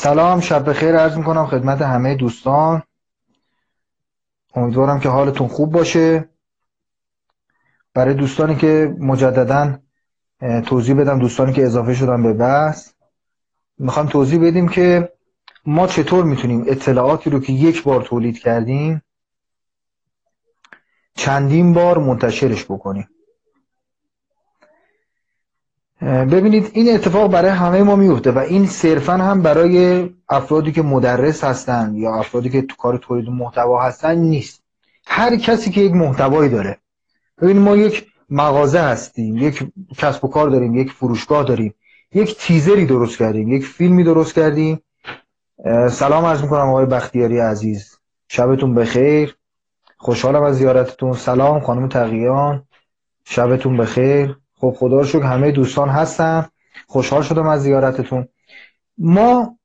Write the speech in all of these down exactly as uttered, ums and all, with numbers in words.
سلام، شب بخیر عرض میکنم خدمت همه دوستان. امیدوارم که حالتون خوب باشه. برای دوستانی که مجددا توضیح بدم، دوستانی که اضافه شدن به بحث، میخوام توضیح بدیم که ما چطور میتونیم اطلاعاتی رو که یک بار تولید کردیم چندین بار منتشرش بکنیم. ببینید این اتفاق برای همه ما میفته و این صرفا هم برای افرادی که مدرس هستن یا افرادی که تو کار تولید محتوا هستن نیست. هر کسی که یک محتوایی داره. ببینید ما یک مغازه هستیم، یک کسب و کار داریم، یک فروشگاه داریم، یک تیزری درست کردیم، یک فیلمی درست کردیم. سلام عرض میکنم آقای بختیاری عزیز، شبتون بخیر، خوشحالم از زیارتتون. سلام خانم تقیان، شبتون بخیر. خب خدا رو شکر همه دوستان هستن، خوشحال شدم از زیارتتون. ما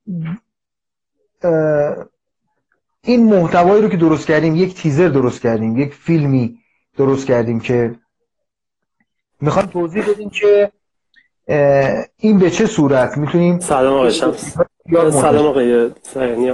این محتوایی رو که درست کردیم، یک تیزر درست کردیم، یک فیلمی درست کردیم که میخوایم توضیح بدیم که این به چه صورت میتونیم. سلام آقای شمس. سلام آقای سعیدنیا.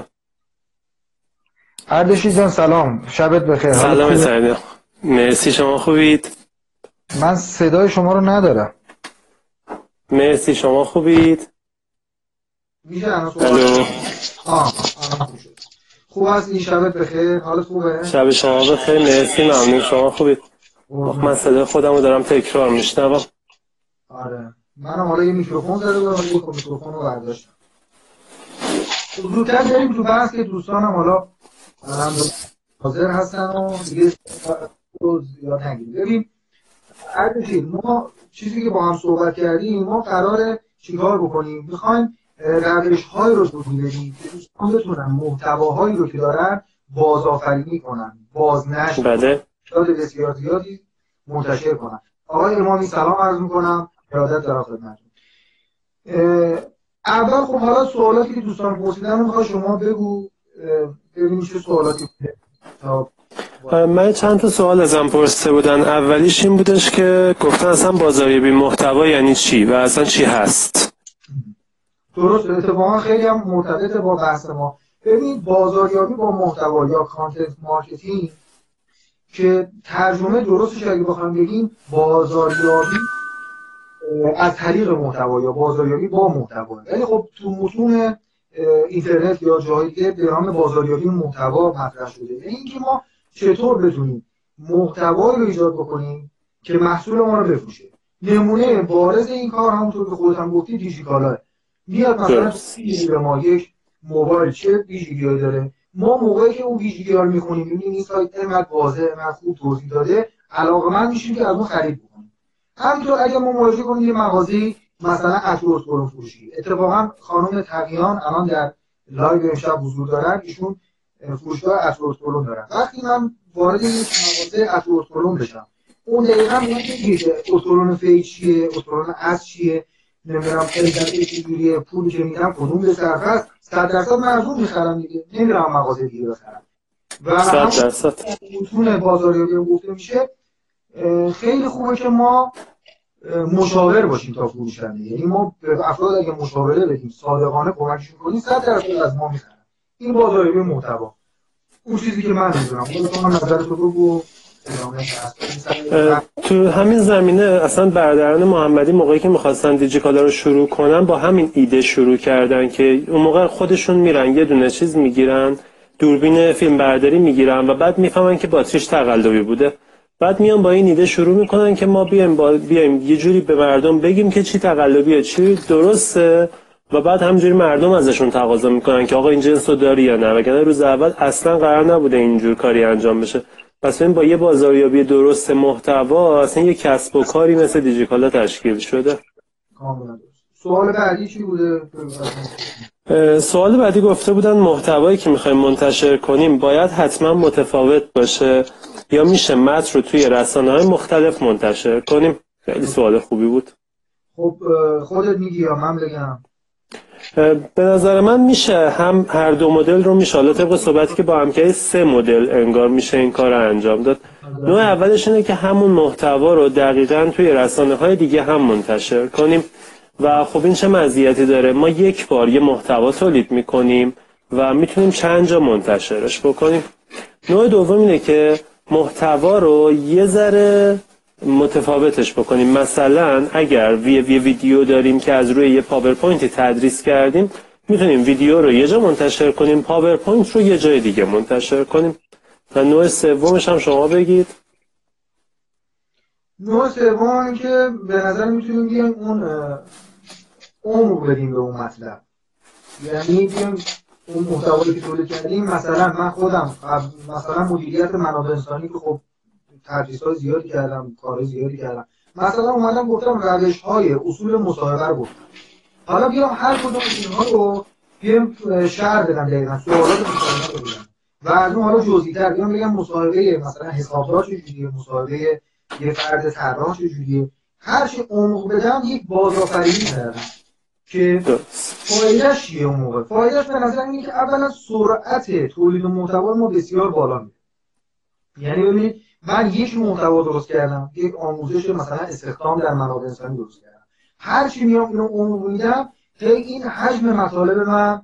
اردشیر جان سلام، شبت بخیر. سلام سعیدنیا، مرسی، شما خوبید؟ من صدای شما رو ندارم. مرسی، شما خوبید؟ میشه الان صحبت؟ الو. آه خوب هستی؟ شبت بخیر، حالت خوبه؟ شب شما بخیر، مرسی، ممنون. شما خوبید؟ من صدای خودم رو دارم تکرار میشنوم. آره منم حالا یه میکروفون زده بودم، یه میکروفون رو برداشتم. زودتر بریم تو بحث که دوستانم حالا حاضر هستن و دیگه زیاد نگیریم. ببین اردشیر، ما چیزی که با هم صحبت کردیم، ما قراره چیکار بکنیم؟ میخوایم روش‌های رو توضیح بدیم که دوستان بتونن محتواهایی رو که دارن بازآفرینی کنن، بازنشر بله کنن، بسیار زیادی منتشر کنن. آقای امامی سلام عرض میکنم، ارادت دارم خدمتتون. اول خب حالا سوالاتی که دوستان پرسیدن رو میخوای شما بگو ببینیم چه سوالاتی بوده. من چند تا سوال ازم پرسیده بودن. اولیش این بودش که گفتن اصلا بازاریابی محتوا یعنی چی و اصلا چی هست؟ درست، اتفاقا خیلی هم مرتبط با بحث ما. ببینید بازاریابی با محتوا یا کانتنت مارکتینگ که ترجمه درستش اگه بخوام بگیم بازاریابی از طریق محتوا یا بازاریابی با محتوا، ولی خب تو متون اینترنت یا جای دیگه به نام بازاریابی محتوا مطرح شده. یعنی اینکه ما چطور بتونیم محتوایی رو ایجاد بکنیم که محصول ما رو بفروشه. نمونه بارز این کار همونطور که خودت هم گفتی دیجیکالا میاد مثلا به ما یک موبایل چه ویژگی‌هایی داره، ما موقعی که اون ویژگی‌ها رو می‌خونیم می‌بینیم این سایت انقدر واضح، انقدر خوب توضیح داده، علاقه‌مند میشیم که از اون خرید بکنیم. همینطور اگه ما مراجعه کنیم یه مغازه‌ای مثلا اتروس پرو فروشی، اتفاقا خانم تقیان الان در لایو امشب حضور دارن، ایشون فروشگاه اتروس پرو دارن. وقتی من وارد یک مغازه اتروس پرو بشم، اون دقیقاً میگه که اترون فیج چیه، اترون اس چیه، نمیدونم خریدن چجوریه، پولی که میدم کدوم به صرف است، صد درصد من از اون میخرم دیگه، نمیرم مغازه دیگه بخرم. و صد درصد متون بازاریابی هم گفته میشه خیلی خوبه که ما مشاور باشیم تا فروشنده. یعنی ما به افراد اگه مشاوره بدیم، صادقانه کمکشون کنیم، صد درصد از ما میخرن. این بازاریابی محتوا. اون چیزی که من میدونم، خودتون نظرتو بگو. تو همین زمینه اصلا برادران محمدی موقعی که میخواستن دیجیکالا رو شروع کنن با همین ایده شروع کردن که اون موقع خودشون میرن یه دونه چیز میگیرن، دوربین فیلم برداری میگیرن و بعد میفهمن که باتریش تقلبی بوده، بعد میان با این ایده شروع میکنن که ما بیایم با بیایم یه جوری به مردم بگیم که چی تقلبیه چی درسته و بعد همینجوری مردم ازشون تقاضا میکنن که آقا این جنس رو داری یا نه، وگرنه روز اول اصلا قرار نبوده اینجور کاری انجام بشه. پس این با یه بازاریابی درست محتوا اصلا یه کسب و کاری مثل دیجیکالا تشکیل شده. سوال بعدی چی بوده؟ سوال بعدی گفته بودن محتوایی که میخوایم منتشر کنیم باید حتما متفاوت باشه یا میشه متن رو توی رسانه‌های مختلف منتشر کنیم؟ خیلی سوال خوبی بود. خب خودت میگی یا من بگم؟ به نظر من میشه هم هر دو مدل رو میشه. حالا طبق صحبتی که با هم که سه مدل انگار میشه این کار رو انجام داد. نوع اولش اینه که همون محتوا رو دقیقاً توی رسانه‌های دیگه هم منتشر کنیم و خب این چه مزیتی داره؟ ما یک بار یه محتوا تولید میکنیم و میتونیم چند جا منتشرش بکنیم. نوع دوم اینه که محتوا رو یه ذره متفاوتش بکنیم. مثلا اگر یه ویدیو داریم که از روی یه پاورپوینتی تدریس کردیم، میتونیم ویدیو رو یه جا منتشر کنیم، پاورپوینت رو یه جای دیگه منتشر کنیم. و نوع سومش هم شما بگید. نوع سوم که به نظر میتونیم بیایم اون عمق بدیم به اون مطلب، یعنی بیایم اون محتوایی که تولید کردیم، مثلا من خودم مثلا مدیریت منابع انسانی که خب تدریس‌های زیادی کردم، کارهای زیادی کردم، مثلا اومدم گفتم روش‌های اصول مصاحبه رو گفتم. حالا بیام هر کدوم از اینها رو بیام شرح بدم، دقیقاً سوالات مصاحبه رو بدم و از اون حالا جزئی‌تر بیام بگم مصاحبه مثلا حسابدار چجوریه، مصاحبه یه فرد طراح چجوریه. هر چی عمق بدم یک بازآفرینی کردم که فایدهش چیه؟ اون موقع فایدهش به نظر اینه که اولا سرعت تولید محتوا ما بسیار بالا میره. یعنی ببینید من یک محتوا درست کردم، یک آموزش مثلا استخدام در منابع انسانی درست کردم، هر چی میام اینو عمق میدم که این حجم مطالب من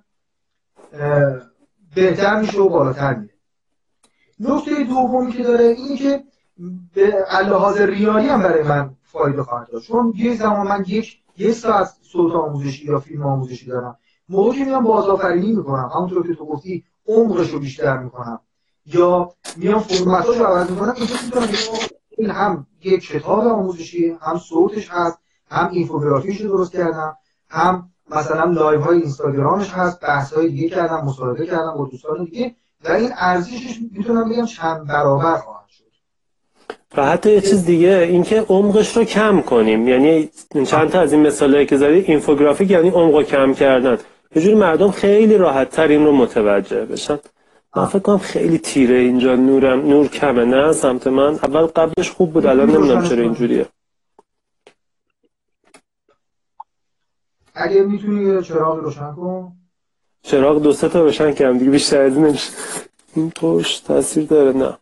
بهتر میشه و بالاتر میره. نکته دومی که داره اینه که به لحاظ ریالی هم برای من فایده خواهد داشت، چون یه زمان من یک یه ساعت صوت آموزشی یا فیلم آموزشی دارم، موقعی که میام بازآفرینی میکنم، همونطور که تو گفتی عمقش رو بیشتر میکنم یا میام فرمتاش رو عوض میکنم، اینجا میتونم این هم یک کتاب آموزشی، هم صوتش هست، هم اینفوگرافیش رو درست کردم، هم مثلا لایو های اینستاگرامش هست، بحث های دیگه کردم، مصاحبه کردم با دوستان دیگه و این ارزشش میتونم بگم چند برابر خواهد شد. و حتی یه چیز دیگه، اینکه عمقش رو کم کنیم. یعنی چند تا از این مثالایی که زدی اینفوگرافیک یعنی عمق رو کم کردن، یه جوری مردم خیلی راحت تر این رو متوجه بشن. من فکر کنم خیلی تیره اینجا، نورم نور کمه. نه سمت من اول قبلش خوب بود، الان نمیدونم چرا اینجوریه. اگه میتونی چراغ روشن کن. چراغ دو سه تا روشن کردم دیگه، بیشتر از این نمیشه. این توش تاثیر داره؟ نه.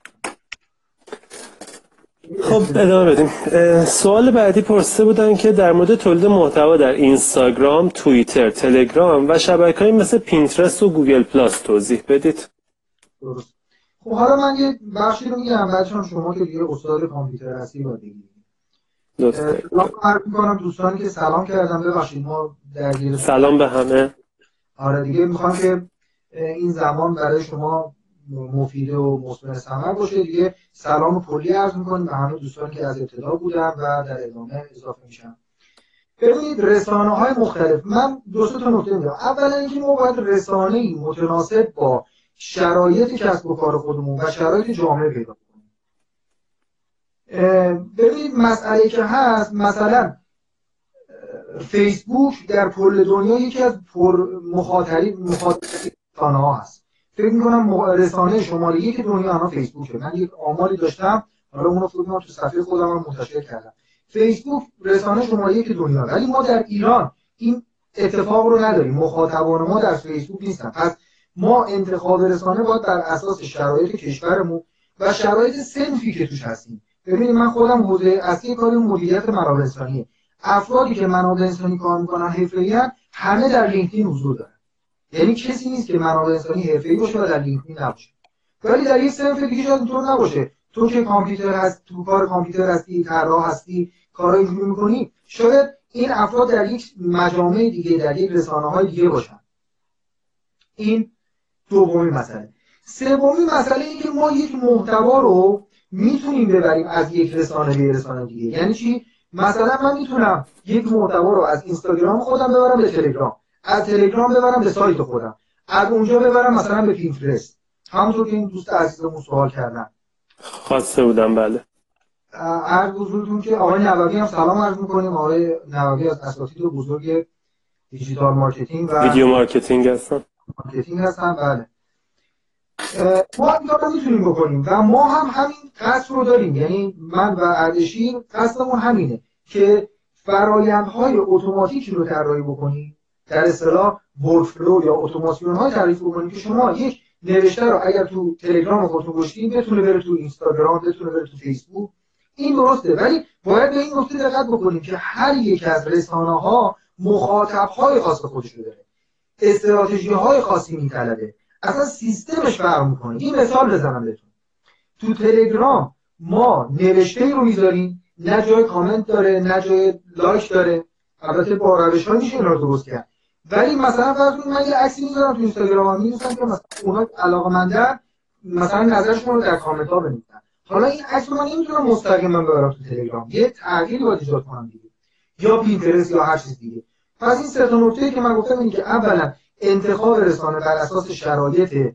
خب ادامه بدیم. سوال بعدی پرسیده بودن که در مورد تولید محتوا در اینستاگرام، توییتر، تلگرام و شبکه‌های مثل پینترست و گوگل پلاس توضیح بدید. درست. خب حالا من یه بخشی رو میگم، بچه‌ها شما که دیگه استاد کامپیوتر هستی با دیگه. درسته. سلام عرض می‌کنم دوستانی که سلام کردم، ببخشید ما درگیر سلام به همه. آره دیگه میخوام که این زمان برای شما مفید و مثمر ثمر باشه. دیگه سلام کلی عرض می‌کنیم به همه دوستانی که از ابتدا بودن و در ادامه اضافه میشن. ببینید رسانه‌های مختلف، من دو سه تا نکته میگم. اولا اینکه ما باید رسانه‌ای متناسب با شرایط کسب و کار خودمون و شرایط جامعه پیدا کنیم. ببینید مسئله که هست، مثلا فیسبوک در کل دنیا یکی از پر مخاطری مخاطری رسانه‌ها هست. فکر می‌کنم رسانه شماره یک دنیا الان فیسبوکه. من یک آماری داشتم، حالا اون رو فکر کنم تو صفحه خودم هم منتشر کردم. فیسبوک رسانه شماره یک دنیا، ولی ما در ایران این اتفاق رو نداریم. مخاطبان ما در فیسبوک نیستن. پس ما انتخاب رسانه باید بر اساس شرایط کشورمون و شرایط صنفی که توش هستیم. ببینید من خودم حوزه اصلی کاری مدیریت منابع انسانیه. افرادی که منابع انسانی کار میکنن حرفه‌ای‌ان همه در لینکدین حضور دارن. یعنی کسی نیست که منابع انسانی حرفه‌ای باشه و در لینکدین نباشه. ولی در یه صنف دیگه شاید اینطور نباشه. تو که کامپیوتر هست، تو کار کامپیوتر هستی، طراح هستی، کارهای اینجوری میکنی، شاید این افراد در یک مجامع دیگه، در یک رسانه‌های دیگه باشن. این دومی مسئله. سومی مسئله اینه که ما یک محتوا رو میتونیم ببریم از یک رسانه به رسانه دیگه. یعنی چی؟ مثلا من میتونم یک محتوا رو از اینستاگرام خودم ببرم به تلگرام، از تلگرام ببرم به سایت خودم، از اونجا ببرم مثلا به پینترست. همونطور که این دوست عزیزمون سوال کردن خواسته بودم. بله. عرض حضورتون که آقای نووی هم سلام عرض می‌کنیم. آقای نووی از اساتید بزرگ دیجیتال مارکتینگ و ویدیو مارکتینگ هستن. مارکتینگ هستن. بله. ما این کار رو میتونیم بکنیم و ما هم همین قصد رو داریم. یعنی من و اردشیر قصدمون همینه که فرآیندهای اتوماتیکی رو طراحی بکنیم، در اصطلاح ورکفلو یا اتوماسیون های تعریف بکنیم که شما یک نوشته رو اگر تو تلگرام خودتون گذاشتین بتونه بره تو اینستاگرام، بتونه بره تو فیسبوک، این درسته، ولی باید به این نکته دقت بکنیم که هر یک از رسانه‌ها مخاطب‌های خاص خودش رو داره، استراتژی‌های خاصی می‌طلبه، اصلا سیستمش فرق می‌کنه. این مثال بزنم بهتون. تو تلگرام ما نوشته‌ای رو می‌ذاریم، نه جای کامنت داره نه جای لایک داره، البته با روش‌ها میشه اینا رو درست کرد، ولی مثلا فرض کنید من یه عکسی می‌ذارم تو اینستاگرام، می‌نویسم که مثلا اونا علاقه‌مندن مثلا نظرشون رو در کامنت‌ها بنویسن. حالا این عکس رو من نمی‌تونم مستقیما ببرم تو تلگرام، یه تغییری باید ایجاد کنم دیگه، یا پینترست یا هر چیز دیگه. پس این سه تا نکته‌ای که من گفتم اینه که اولا انتخاب رسانه بر اساس شرایط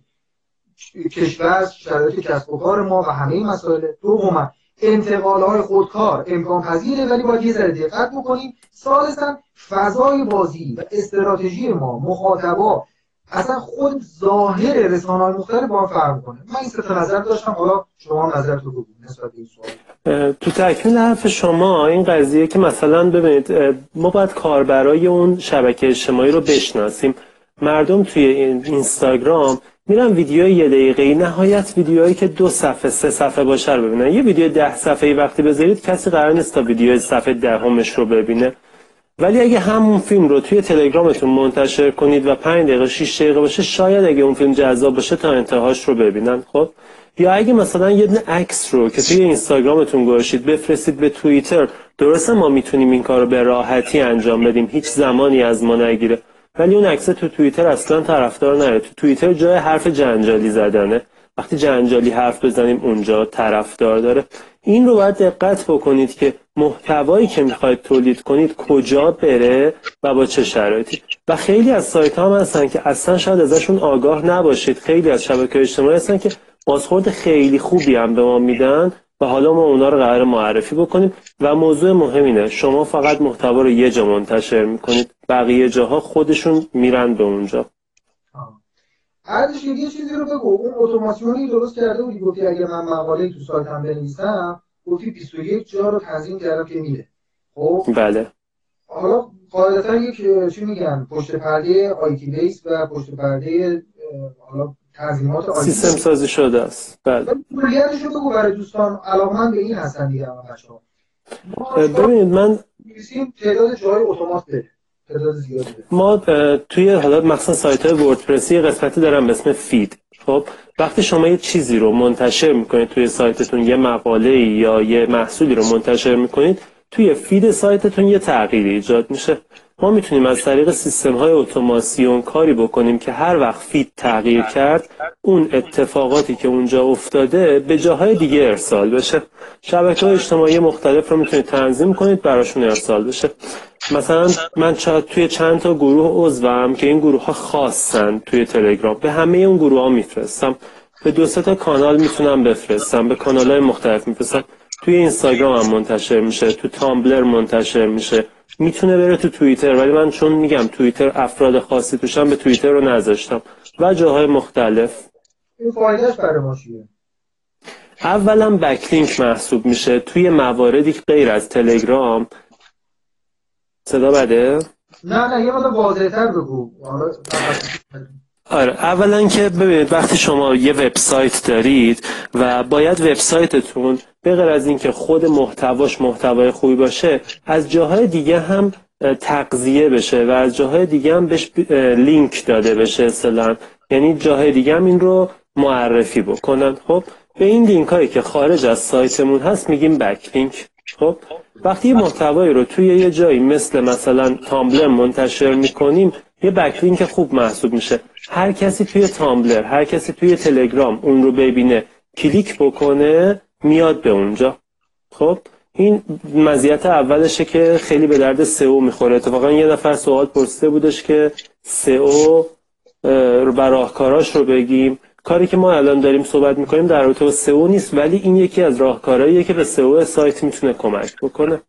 کشور، شرایط کسب و کار ما و همه این مسائل. دوما انتقال‌های خودکار امکان پذیره ولی باید یه ذره دقت بکنیم. ثالثا فضای بازی و استراتژی ما، مخاطبا، اصلا خود ظاهر رسانه‌های مختلف با هم فرق می‌کنه. من این سه تا نظر داشتم، حالا شما هم نظرتون رو بگید نسبت به این سوال. تو تکمیل حرف شما این قضیه که مثلا ببینید ما باید کاربرای اون شبکه اجتماعی رو بشناسیم. مردم توی اینستاگرام میرن ویدیو یه دقیقه‌ای، نهایت ویدیوهایی که دو صفحه سه صفحه باشه رو ببینن. یه ویدیو ده صفحه‌ای وقتی بذارید کسی قرار نیست تا ویدیو صفحه دهمش رو ببینه. ولی اگه همون فیلم رو توی تلگرامتون منتشر کنید و پنج دقیقه شش دقیقه باشه، شاید اگه اون فیلم جذاب باشه تا انتهاش رو ببینن. خب یا اگه مثلا یه دونه عکس رو که توی اینستاگرامتون گذاشتید بفرستید به توییتر، درسته ما میتونیم این کارو به راحتی انجام بدیم، هیچ زمانی از ما نگیره، ولی اون عکس تو توییتر اصلا طرفدار نداره. تو توییتر جای حرف جنجالی زدنه، وقتی جنجالی حرف بزنیم اونجا طرفدار داره. این رو باید دقت بکنید که محتوایی که میخواید تولید کنید کجا بره و با چه شرایطی. و خیلی از سایت ها هم هستن که اصلا شاید ازشون آگاه نباشید، خیلی از شبکه‌های اجتماعی هستن که بازخورد خیلی خوبی هم به ما میدن و حالا ما اونا رو قرار معرفی بکنیم. و موضوع مهم اینه شما فقط محتوا رو یه جا منتشر میکنید، بقیه جاها خودشون میرن به اونجا. عرضش یه چیزی رو بگو، اون اتوماسیونی درست کرده بودی، گفتی اگه من مقاله تو سایتم بنویسم، گفتی بیست و یک جا رو تنظیم کردم که میره. خب بله. حالا قاعدتا یک چی میگن پشت پرده آیتی بیس و پشت پرده حالا تنظیمات آیتی سیستم سازی شده است. بله. کلیتش رو بگو برای دوستان علاقه‌مند به این هستن دیگه همه بچه‌ها. ببینید من می‌نویسیم تعداد جاهای اتومات بره. تعداد زیادی بره. ما توی حالا مثلا سایت‌های وردپرسی قسمتی دارن به اسم فید. خب وقتی شما یه چیزی رو منتشر میکنید توی سایتتون، یه مقاله یا یه محصولی رو منتشر میکنید، توی فید سایتتون یه تغییری ایجاد میشه. ما میتونیم از طریق سیستم‌های اتوماسیون کاری بکنیم که هر وقت فید تغییر کرد اون اتفاقاتی که اونجا افتاده به جاهای دیگه ارسال بشه. شبکه‌های اجتماعی مختلف رو میتونید تنظیم کنید براشون ارسال بشه. مثلا من توی چند تا گروه عضوم که این گروه ها خاصن توی تلگرام، به همه اون گروه ها میفرستم. به دو سه تا کانال میتونم بفرستم، به کانال های مختلف میفرستم. توی اینستاگرام هم منتشر میشه، تو تامبلر منتشر میشه، میتونه بره تو توییتر، ولی من چون میگم توییتر افراد خاصی توشم به توییتر رو نذاشتم و جاهای مختلف. این فایدهش برای ما چیه؟ اولا بکلینک محسوب میشه توی مواردی که غیر از تلگرام. صدا بده؟ نه نه یه مقدار واضح‌تر بگو. آره، اولا که ببینید وقتی شما یه وبسایت دارید و باید وبسایتتون به غیر از اینکه خود محتواش محتوای خوبی باشه، از جاهای دیگه هم تغذیه بشه و از جاهای دیگه هم بهش لینک داده بشه اصلا، یعنی جاهای دیگه هم این رو معرفی بکنن. خب به این لینک هایی که خارج از سایتمون هست میگیم بک لینک. خب وقتی محتوایی رو توی یه جایی مثل مثلا تامبلر منتشر میکنیم، یه بکلینک خوب محسوب میشه. هر کسی توی تامبلر، هر کسی توی تلگرام اون رو ببینه، کلیک بکنه، میاد به اونجا. خب این مزیت اولشه که خیلی به درد سئو میخوره. اتفاقا یه نفر سوال پرسیده بودش که سئو و راهکاراش رو بگیم. کاری که ما الان داریم صحبت میکنیم در رابطه با سئو نیست، ولی این یکی از راهکارهاییه که به سئو سایت میتونه کمک بکنه.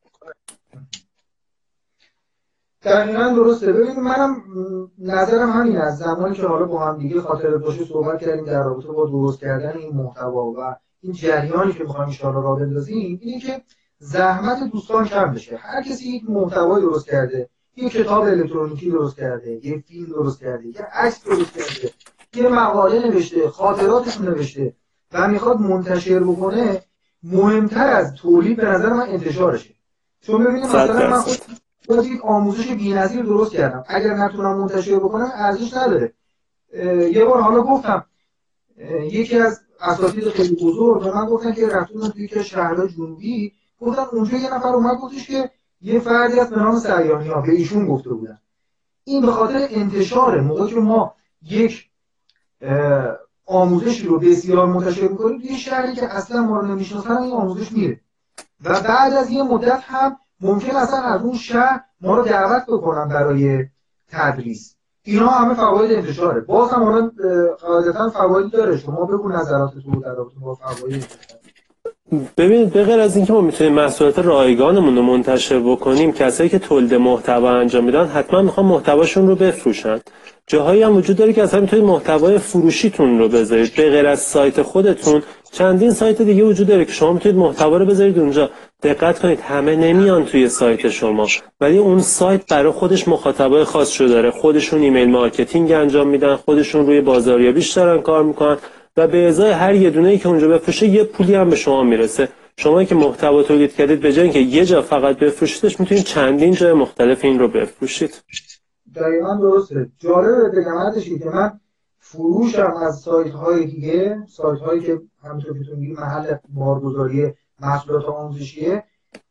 دقیقاً درسته. ببینید منم نظرم همین است. زمانی که حالا با هم دیگه خاطر باشه صحبت کردیم در رابطه با درست کردن این محتوا و این جریانی که می‌خوایم ان شاءالله راه بندازیم، اینه که زحمت دوستان کم بشه. هر کسی یک محتوای درست کرده، یک کتاب الکترونیکی درست کرده، یک فیلم درست کرده، یک عکس درست کرده، یه مقاله نوشته، خاطراتش نوشته و میخواد منتشر بکنه، مهمتر از تولید به نظر من انتشارشه. چون ببینید مثلا من خود یک آموزش بی‌نظیر درست کردم، اگر نتونم منتشر بکنم ارزش نداره. یه بار حالا گفتم یکی از اساتید خیلی بزرگ به من گفتن که رفتم توی یک شهرهای جنوبی، گفتن اونجا یه نفر اومد گفتش که یه فردی از به نام سیاحی‌ها به ایشون گفته بودن. این به خاطر انتشاره. موقعی که ما یک آموزشی رو بسیار منتشر می‌کنیم توی شهری که اصلا ما رو نمی‌شناسن، این آموزش میره و بعد از یه مدت هم ممکن اصلا از اون شهر ما رو دعوت بکنن برای تدریس. اینا همه فواید انتشاره. باز هم حالا قاعدتاً فواید داره. شما بگو نظراتتون در رابطه با فواید. ببینید به غیر از اینکه ما میتونیم محصولات رایگانمون رو منتشر بکنیم، کسایی که تولید محتوا انجام میدن حتما میخوان محتواشون رو بفروشن. جاهایی هم وجود داره که اصلا میتونید محتوای فروشیتون رو بذارید. به غیر از سایت خودتون چندین سایت دیگه وجود داره که شما میتونید محتوا رو بذارید اونجا. دقت کنید همه نمیان توی سایت شما، ولی اون سایت برای خودش مخاطبای خاص رو داره. خودشون ایمیل مارکتینگ انجام میدن، خودشون روی بازاریابیش دارن کار میکنن و به ازای هر یه دونه‌ای که اونجا بفروشه یه پولی هم به شما میرسه. شما که محتوا تولید کردید به جای اینکه یه جا فقط بفروشیدش، میتونید چندین جای مختلف این رو بفروشید. دقیقاً درسته. جالبه بگم حدشی که من فروشم از سایت‌های دیگه، سایت‌هایی که همونطور که تو میگی محل بارگذاری محصولات آموزشیه،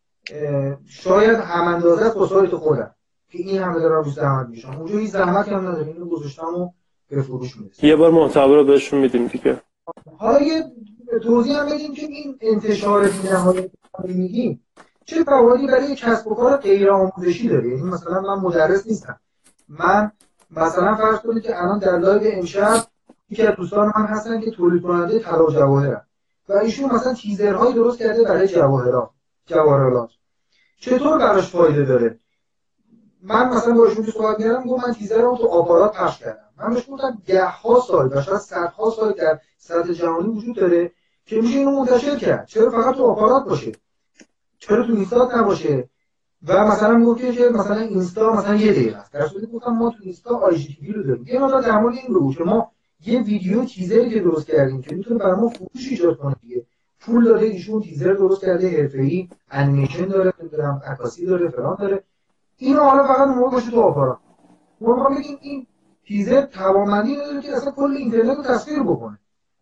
شاید هم اندازه است با سایت خودم که این همه دارم روش زحمت میشم. اونجا هیچ زحمتی هم نداره، اینو گذاشتم و به فروش میرسه. یه بار محتوا رو بهشون میدیم دیگه. حالا یه توضیح هم بدیم که این انتشار بی‌نهایت میگیم چه فوایدی برای کسب و کار غیر آموزشی داره. یعنی مثلا من مدرس نیستم، من مثلا فرض کنید که الان در لایو امشب یکی از دوستان من هستن که تولید کننده طلا و جواهرن و ایشون مثلا تیزرهایی درست کرده برای جواهرات جواهرات چطور براش فایده داره؟ من مثلا با ایشون صحبت کردم، گفت من تیزر رو تو آپارات پخش کردم. من بهش گفتم ده ها سایت و شاید صدها سایت در سطح جهانی وجود داره که میشه اینو منتشر کرد. چرا فقط تو آپارات باشه؟ چرا تو اینستا نباشه؟ و مثلا میگه که مثلا اینستا مثلا یه دقیقه است. در صورتی گفتم ما تو اینستا آی جی تی وی رو داریم. یه مقدار در مورد این رو که ما یه ویدیو تیزری که درست کردیم که میتونه برای ما فروش ایجاد کنه دیگه. پول داده ایشون، تیزر درست کرده، حرفه‌ای، انیمیشن داره، نمیدونم عکاسی داره، فلان داره. اینو حالا فقط موقع باشه تو آپارات. ما می‌خوام بگیم این تیزر توانمندی نداره که اصلا کل اینترنت رو تصویر بکنه.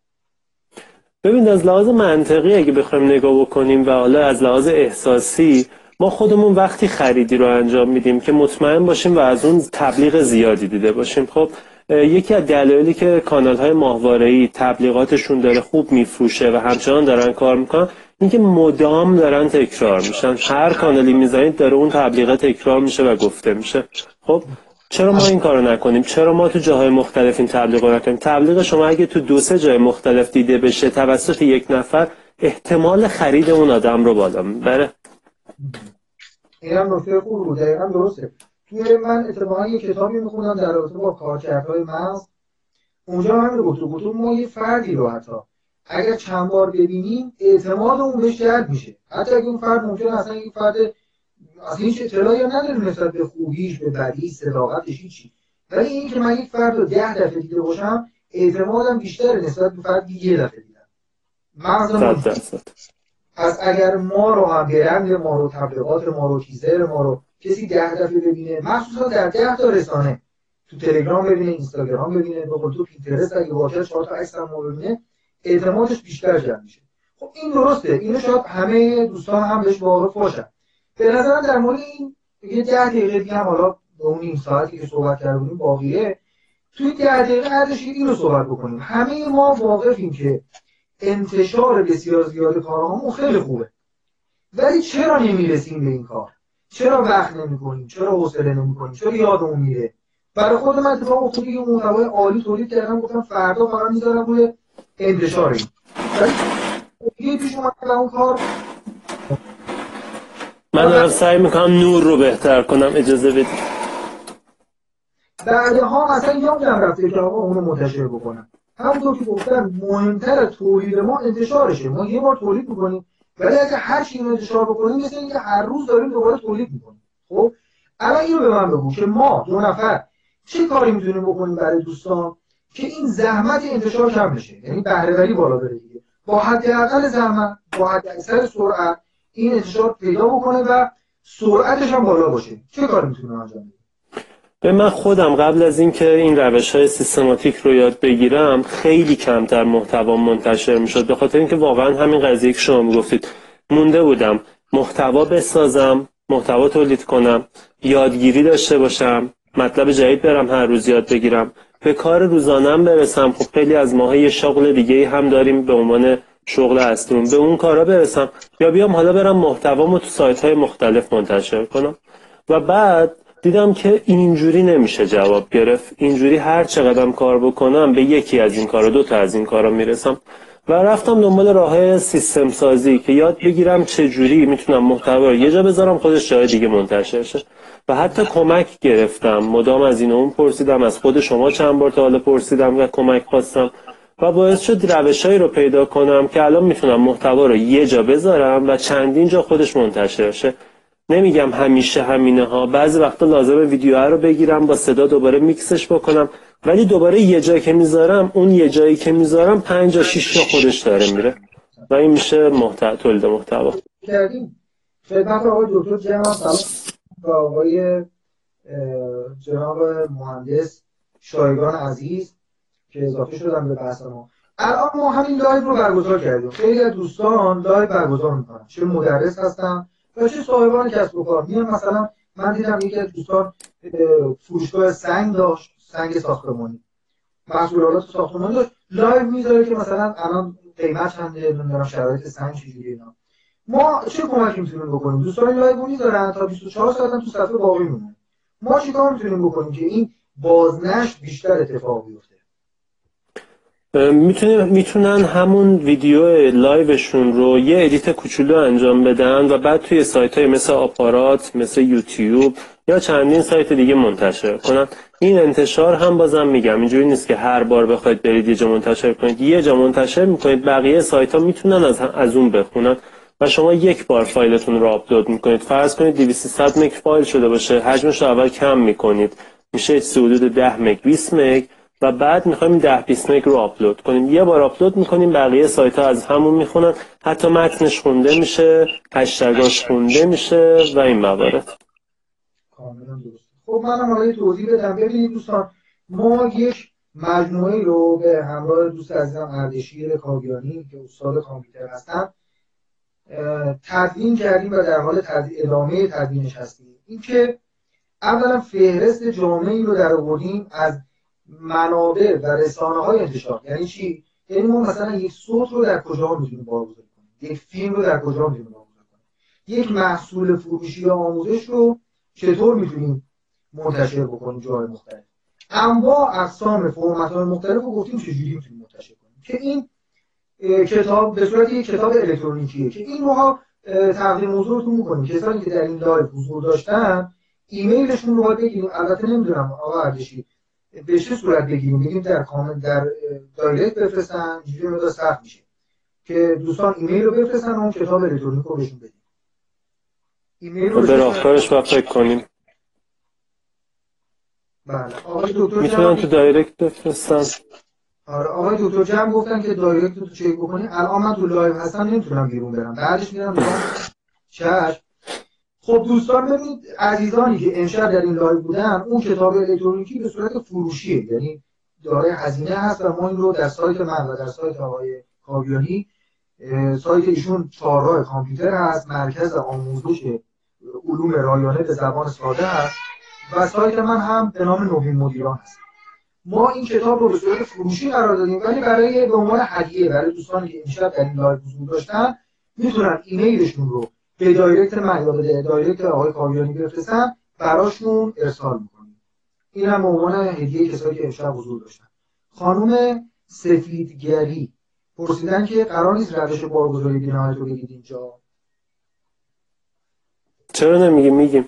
ببین از لحاظ منطقی اگه بخوایم نگاه بکنیم و حالا از لحاظ احساسی، ما خودمون وقتی خریدی رو انجام میدیم که مطمئن باشیم و از اون تبلیغ زیادی دیده باشیم. خب یکی از دلایلی که کانال‌های ماهواره‌ای تبلیغاتشون داره خوب میفروشه و همچنان دارن کار میکنن اینکه مدام دارن تکرار میشن. هر کانالی میزنید داره اون تبلیغات تکرار میشه و گفته میشه. خب چرا ما این کارو نکنیم؟ چرا ما تو جاهای مختلف این تبلیغ رو نکنیم؟ تبلیغ شما اگه تو دو سه جای مختلف دیده بشه توسط یک نفر، احتمال خرید اون آدم رو بالا میبره. این هم نکته خوب بود. دقیقاً درسته. توی من اتفاقا یه کتابی میخوندم در رابطه با کارکردهای مغز. اونجا همین رو گفتم. گفتم ما یه فردی رو حتی اگر چند بار ببینیم اعتماد اون بهش جلب میشه. حتی اگه اون فرد ممکنه اصلا این فرد اصلا هیچ اطلاعی هم نداره نسبت به خوبیش، به بدیش، صداقتش، هیچی. ولی این که من یک فرد رو ده دفعه دیده باشم اعتمادم بیشتره نسبت به فردی یه دفعه دیدم. مغزم پس اگر ما رو هم برند ما رو، تبلیغات ما رو، تیزر ما رو کسی ده دفعه ببینه، مخصوصا در ده تا رسانه، تو تلگرام ببینه، اینستاگرام ببینه، به قول تو پینترست اگه باشه چهار تا عکس هم ببینه، اعتمادش بیشتر جلب میشه. خب این درسته. اینو شاید همه دوستان هم بهش واقف باشن. به نظرم در مورد این یه ده دقیقه دیگه هم حالا به اون این ساعتی که صحبت کرده بودیم باقیه، توی ده دقیقه ازش اینو صحبت بکنیم. همه ما واقفیم که انتشار بسیار زیاد کارهامون خیلی خوبه، ولی چرا نمیرسیم به این کار؟ چرا وقت نمی‌کنیم؟ چرا حوصله نمی‌کنیم؟ چرا یادمون میره؟ برای خود من اتفاق افتاد که محتوای عالی تولید کردم، گفتم فردا فقط میذارم روی انتشار این. ولی یه پیش اومد اون کار من دارم سعی میکنم نور رو بهتر کنم، اجازه بدید. بعدها مثلا یادم رفته که آقا اونو منتشر بکنم. همونطور که گفتم مهمتر از تولید ما انتشارشه. ما یه بار تولید میکنیم ولی اگه هر چی انتشار بکنیم مثل اینکه هر روز داریم دوباره تولید میکنیم. خب الان اینو به من بگو که ما دو نفر چه کاری میتونیم بکنیم برای دوستان که این زحمت انتشار کم بشه، یعنی بهره وری بالا بره دیگه. با حداقل زحمت، با حداکثر سرعت این انتشار پیدا بکنه و سرعتش هم بالا باشه. چه کاری میتونه انجام بده؟ به من خودم قبل از اینکه این روش‌های سیستماتیک رو یاد بگیرم خیلی کمتر محتوا منتشر میشد، به خاطر اینکه واقعا همین قضیه که شما میگفتید مونده بودم محتوا بسازم، محتوا تولید کنم، یادگیری داشته باشم، مطلب جدید برم هر روز یاد بگیرم، به کار روزانه‌ام برسم. خب خیلی از ماها یه شغل دیگه هم داریم به عنوان شغل اصلیمون، به اون کارا برسم یا بیام حالا برم محتوامو تو سایت‌های مختلف منتشر کنم. و بعد دیدم که اینجوری نمیشه جواب گرفت. اینجوری هر چقدرم کار بکنم به یکی از این کارا، دو تا از این کارا میرسم و رفتم دنبال راه سیستم سازی که یاد بگیرم چه جوری میتونم محتوا رو یه جا بذارم خودش جای دیگه منتشر شه. و حتی کمک گرفتم، مدام از این اون پرسیدم، از خود شما چند بار تا حالا پرسیدم و کمک خواستم و باعث شد روشایی رو پیدا کنم که الان میتونم محتوا رو یه جا بذارم و چندین جا خودش منتشر شه. نمیگم همیشه همینه ها، بعضی وقتا لازمه ویدیو رو بگیرم با صدا دوباره میکسش بکنم، ولی دوباره یه جایی که میذارم اون یه جایی که میذارم پنج تا شش تا خودش داره میره و این میشه محتوا، تولید محتوا. کردیم. خدمت آقای دکتر جمع سلام و آقای جناب مهندس شایگان عزیز که اضافه شدن به بحث ما. الان ما همین لایو رو برگزار کردیم. خیلی از دوستان لایو برگزار میکنن، چه مدرس هستن و چه صاحبان کسب و کار. میان مثلا من دیدم یکی از دوستان فروشگاه سنگ داشت، سنگ ساختمانی، محصولات ساختمانی داشت، لایو میذاره که مثلا الان قیمت چنده، نمیدونم شرایط سنگ چجوریه. اینا ما چه کمکی میتونیم بکنیم؟ دوستان لایو میذارن تا بیست و چهار ساعت هم تو صفحه باقی میمونه. ما چیکار میتونیم بکنیم که این بازنشر بیشتر اتفاق بیفته؟ میتونن میتونن همون ویدیو لایوشون رو یه ادیت کوچولو انجام بدن و بعد توی سایت‌های مثل آپارات، مثل یوتیوب یا چندین سایت دیگه منتشر کنن. این انتشار هم بازم میگم اینجوری نیست که هر بار بخواید برید یه جا منتشر کنید، یه جا منتشر میکنید، بقیه سایت‌ها میتونن از از اون بخونن و شما یک بار فایلتون رو آپلود میکنید. فرض کنید دویست صد مگ فایل شده باشه، حجمش رو اول کم میکنید، میشه حدود ده مگ، بیست مگ و بعد میخوایم ده بیست مگ رو آپلود کنیم. یه بار آپلود میکنیم، بقیه سایت ها از همون میخونن، حتی متنش خونده میشه، هشتگاش خونده میشه و این موارد. کاملا درست. خب منم حالا توضیح بدم. ببینید دوستان، ما یک مجموعه رو به همراه دوست عزیزم اردشیر کاویانی که استاد کامپیوتر هستن تدوین کردیم و در حال ادامه تدوینش هستیم. این که اولا فهرست جامعی رو در آوردیم از منابع و رسانه‌های انتشار. یعنی چی؟ یعنی ما مثلا یک صوت رو در کجا میتونیم برگزار کنیم، یک فیلم رو در کجا میتونیم برگزار کنیم، یک محصول فروشی یا آموزش رو چطور میتونیم منتشر بکنیم جای مختلف. انواع اقسام فرمت‌های مختلف رو گفتیم چجوری میتونیم منتشر کنیم که این کتاب به صورت یک کتاب الکترونیکیه که این روها تقدیم حضورتون می‌کنیم. کسانی که در این لایو حضور داشتن ایمیلشون رو باید بگیریم. البته نمیدونم آقا اردشیر به چه صورت بگیریم، بگیم در کامنت در دایرکت بفرستن، اینجوری مدت سخت میشه که دوستان ایمیل رو بفرستن و اون کتاب الکترونیک رو بهشون بدیم. ایمیل رو به راهکارش باید فکر کنیم. بله آقای دکتر میتونن تو دایرکت بفرستن. آره آقای دکتر جمع گفتن که دایرکت رو چک بکنی. الان من تو لایو هستم نمیتونم بیرون برم، بعدش میرم میگم چش. خب دوستان ببینید، عزیزانی که امشب در این لایو بودن، اون کتاب الکترونیکی به صورت فروشیه، یعنی دارای هزینه هست و ما این رو در سایت من و در سایت آقای کاویانی، سایت ایشون چهارراه کامپیوتر هست، مرکز آموزش علوم رایانه به زبان ساده هست و سایت من هم به نام نوین مدیران هست. ما این کتاب رو به صورت فروشی قرار دادیم، ولی برای به عنوان هدیه برای دوستانی که امشب در این لایو حضور داشتن میتونن ایمیلشون رو به دایرکت من یا به دایرکت آقای کاویانی بفرستن، براشون ارسال میکنیم. این هم به عنوان هدیه کسایی که امشب حضور داشتن. خانم سفیدگری پرسیدن که قرار نیست روش بارگذاری بینهایت رو بگید اینجا. چرا نمیگیم؟ میگیم.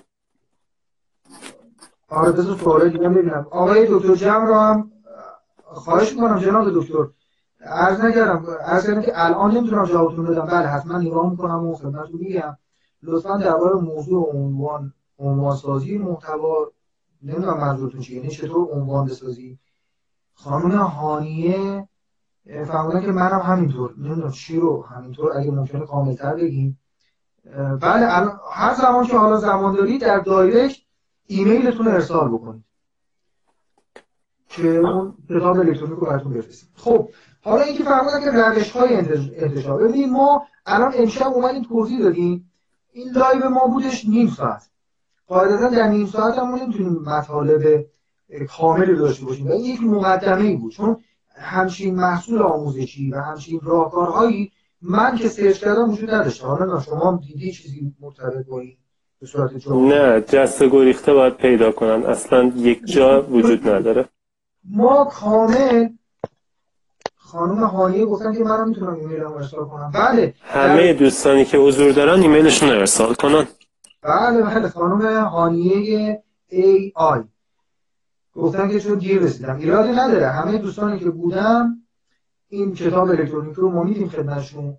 آره بذار سوال دیگه ببینم. آقای دکتر جمع رو هم خواهش میکنم جناب دکتر، عرض نکردم عرض کردم که الان نمیتونم جوابتون بدم. بله حتما نگاه میکنم و خدمتتون میگم. لطفاً درباره موضوع عنوان عنوان سازی محتوا نمیدونم منظورتون چیه، یعنی چطور عنوان بسازی. خانم هانیه فهمیدن که منم همینطور، نمیدونم چی رو همینطور اگه ممکنه کاملتر بگیم. بله هر زمان که حالا زمان دارید در دایرکت ایمیلتون رو ارسال بکنید که اون کتاب الکترونیک رو براتون بفرستیم. خب حالا اینکه فرمودن که روش‌های انتشار، ببینید ما الان امشب اومدیم توضیح دادیم، این لایو ما بودش نیم ساعت، قاعدتا در نیم ساعت هم نمیتونیم مطالب کاملی داشته باشیم و این یک مقدمه‌ای بود، چون همچین محصول آموزشی و همچین راهکارهایی من که سرچ کردم وجود نداشته. حالا شما هم دیدی چیزی مرتبط با این به صورت جامع؟ نه، جسته گریخته باید پیدا کنن، اصلا یک جا وجود نداره. ما کامل خانم هانیه گفتن که منم میتونم ایمیلمو ارسال کنم. بله همه در... دوستانی که حضور دارن ایمیلشون رو ارسال کنن. بله بله خانم هانیه ای آی گفتن که چون دیر رسیدم. ایرادی نداره، همه دوستانی که بودن این کتاب الکترونیک رو ما میدیم خدمتشون.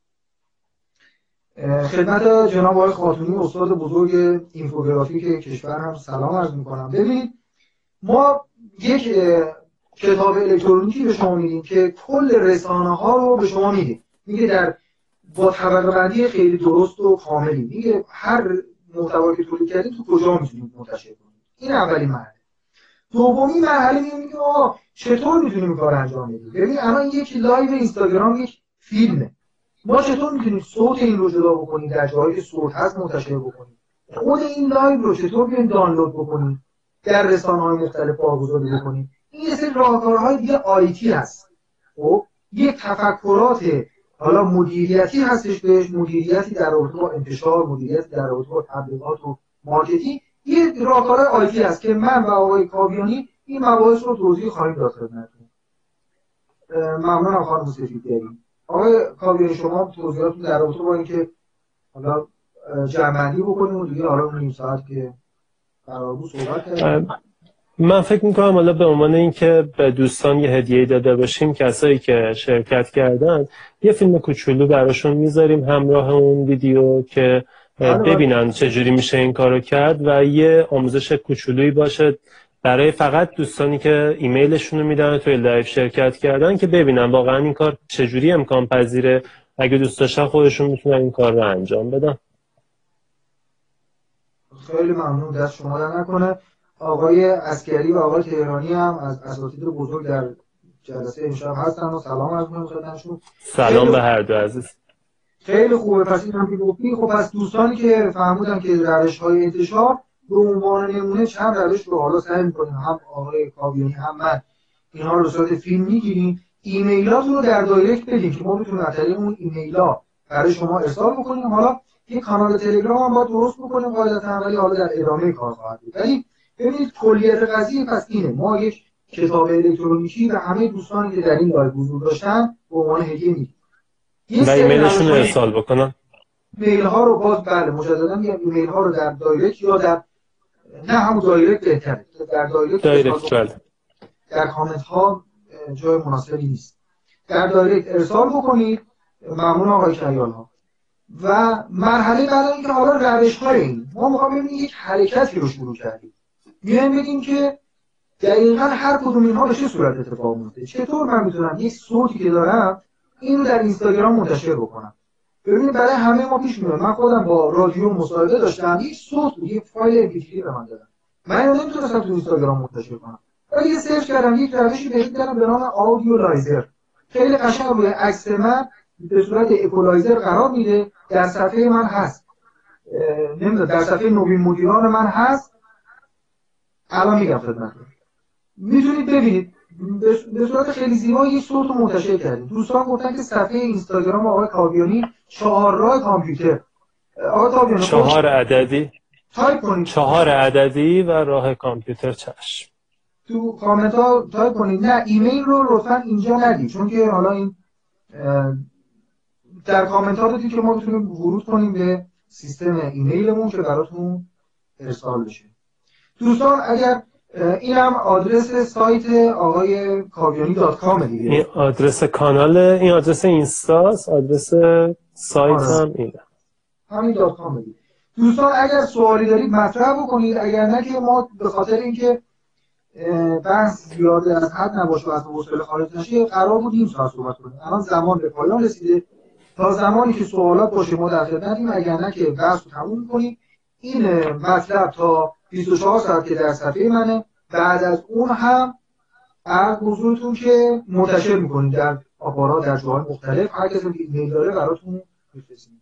خدمت جناب آقای خاتونی استاد بزرگ اینفوگرافیک کشور هم سلام عرض میکنم. ببینید ما یک کتاب الکترونیکی به شما میدیم که کل رسانه ها رو به شما میده، میگه در با طبقه بندی خیلی درست و کاملی، میگه هر محتوایی که تولید کردیم تو کجا میتونیم منتشر کنیم. این اولین مرحله. دومی مرحله میگه آقا چطور میتونیم این کار انجام بدیم. ببین الان یک لایو اینستاگرام یک فیلمه، ما چطور میتونیم صوت این رو جدا بکنیم، در جایی که صوت هست منتشر بکنیم، خود این لایو رو چطور بیایم دانلود بکنیم، در رسانه‌های مختلف برگزاری بکنیم. این یه سری راهکارهای دیگه آیتی هست. خب یک تفکرات حالا مدیریتی هستش بهش، مدیریتی در رابطه با انتشار، مدیریتی در رابطه با تبلیغات و مارکتینگ، یه راهکارهای آیتی هست که من و آقای کاویانی این مباحث رو توضیح خواهیم داد خدمتتون. ممنونم خانم سفیدگری. آقای کاویانی شما توضیحاتتون در رابطه با اینکه حالا جمع‌بندی بکنیم و دیگه حالا نیم ساعت که قرار بود صحبت کنیم. من فکر میکنم حالا به عنوان اینکه به دوستان یه هدیه داده باشیم، کسایی که شرکت کردن یه فیلم کوچولو براشون میذاریم همراه اون ویدیو که ببینن چجوری میشه این کارو کرد و یه آموزش کوچولویی باشه برای فقط دوستانی که ایمیلشون رو میدن توی لایو شرکت کردن، که ببینن واقعا این کار چجوری امکان پذیره. اگه دوست داشتن خودشون میتونن این کار رو انجام بدن. خیلی ممنون، دست شما در نکنه. آقای عسکری و آقای تهرانی هم از اساتید بزرگ در جلسه امشب هستن و سلام عرض می‌کنم خدمتشون. سلام به هر دو عزیز. خیلی خوبه. پس این هم که گفتی، خب پس دوستانی که فهمودن که روش‌های انتشار به عنوان نمونه چند روش رو حالا سعی می‌کنیم، هم آقای کاویانی هم من اینها رو به صورت فیلم می‌گیریم، ایمیلاتون رو در دایرکت بدین که ما بتونیم از طریق اون ایمیل‌ها برای شما ارسال بکنیم. حالا یه کانال تلگرام هم باید درست بکنیم قاعدتاً، ولی حالا در ادامه کار خواهد بود. ولی ببینید کلیت قضیه پس اینه، ما یک کتاب الکترونیکی و همه دوستانی که در این لایو حضور داشتن به عنوان هدیه میدیم. و ایمیلشون رو ارسال بکنن. ایمیل ها رو باز بله مجددا میگم ایمیل ها رو در دایرکت یا در نه همون دایرکت بهتره، در دایرکت دایرکت بله. در کامنت ها جای مناسبی نیست. در دایرکت ارسال بکنید. ممنون آقای شیال ها. و مرحله بعد اینکه حالا روش های این ما میخوام ببینیم یک حرکتی رو شروع کردیم. میایم بگیم که دقیقاً هر کدوم اینها به چه صورت اتفاق میفته. چطور من میتونم یک صوتی که دارم اینو در اینستاگرام منتشر بکنم. ببینید برای همه ما پیش میاد، من خودم با رادیو مصاحبه داشتم، یک صوت بود، یک فایل ام پی تری به من دادن، من اینو نمیتونستم تو اینستاگرام منتشر کنم، ولی یه سرچ کردم، یک روشی پیدا کردم به نام آدیو لایزر، خیلی قشنگ روی عکس من به صورت اکولایزر قرار میده، در صفحه من هست، نمیدونم در صفحه نوین مدیران من هست، الان میگم خدمتتون، میتونید ببینید به صورت خیلی زیبا یه صوت رو منتشر کردیم. دوستان گفتن که صفحه اینستاگرام آقای کاویانی چهار راه کامپیوتر، آقای کاویانی چهار عددی تایپ کنید، چهار عددی و راه کامپیوتر چشم تو کامنت ها تایپ کنید. نه ایمیل رو لطفا اینجا ندید، چون که حالا این در کامنت ها دادید که ما بتونیم ورود کنیم به سیستم ایمیلمون که براتون ارسال بشه. دوستان اگر این هم آدرس سایت آقای کاویانی دات کام دیگه، این آدرس کانال، این آدرس اینستاست، آدرس سایت هم اینه، همین دات کام دیگه. دوستان اگر سوالی دارید مطرح بکنید، اگر نه که ما به خاطر اینکه بحث زیاده از حد نباشه و از حوصله خارج نشه، قرار بود نیم ساعت صحبت کنیم. الان زمان به پایان رسیده، تا زمانی که سوالات باشه ما در خدمتیم، اگر نه که بحث رو تموم می‌کنیم. این مطلب تا بیست و چهار ساعت که در صفحه منه، بعد از اون هم عرض حضورتون که منتشر می‌کنیم در آپارات، در جاهای مختلف. هر کسی که ایمیل داره براتون می‌فرستیم.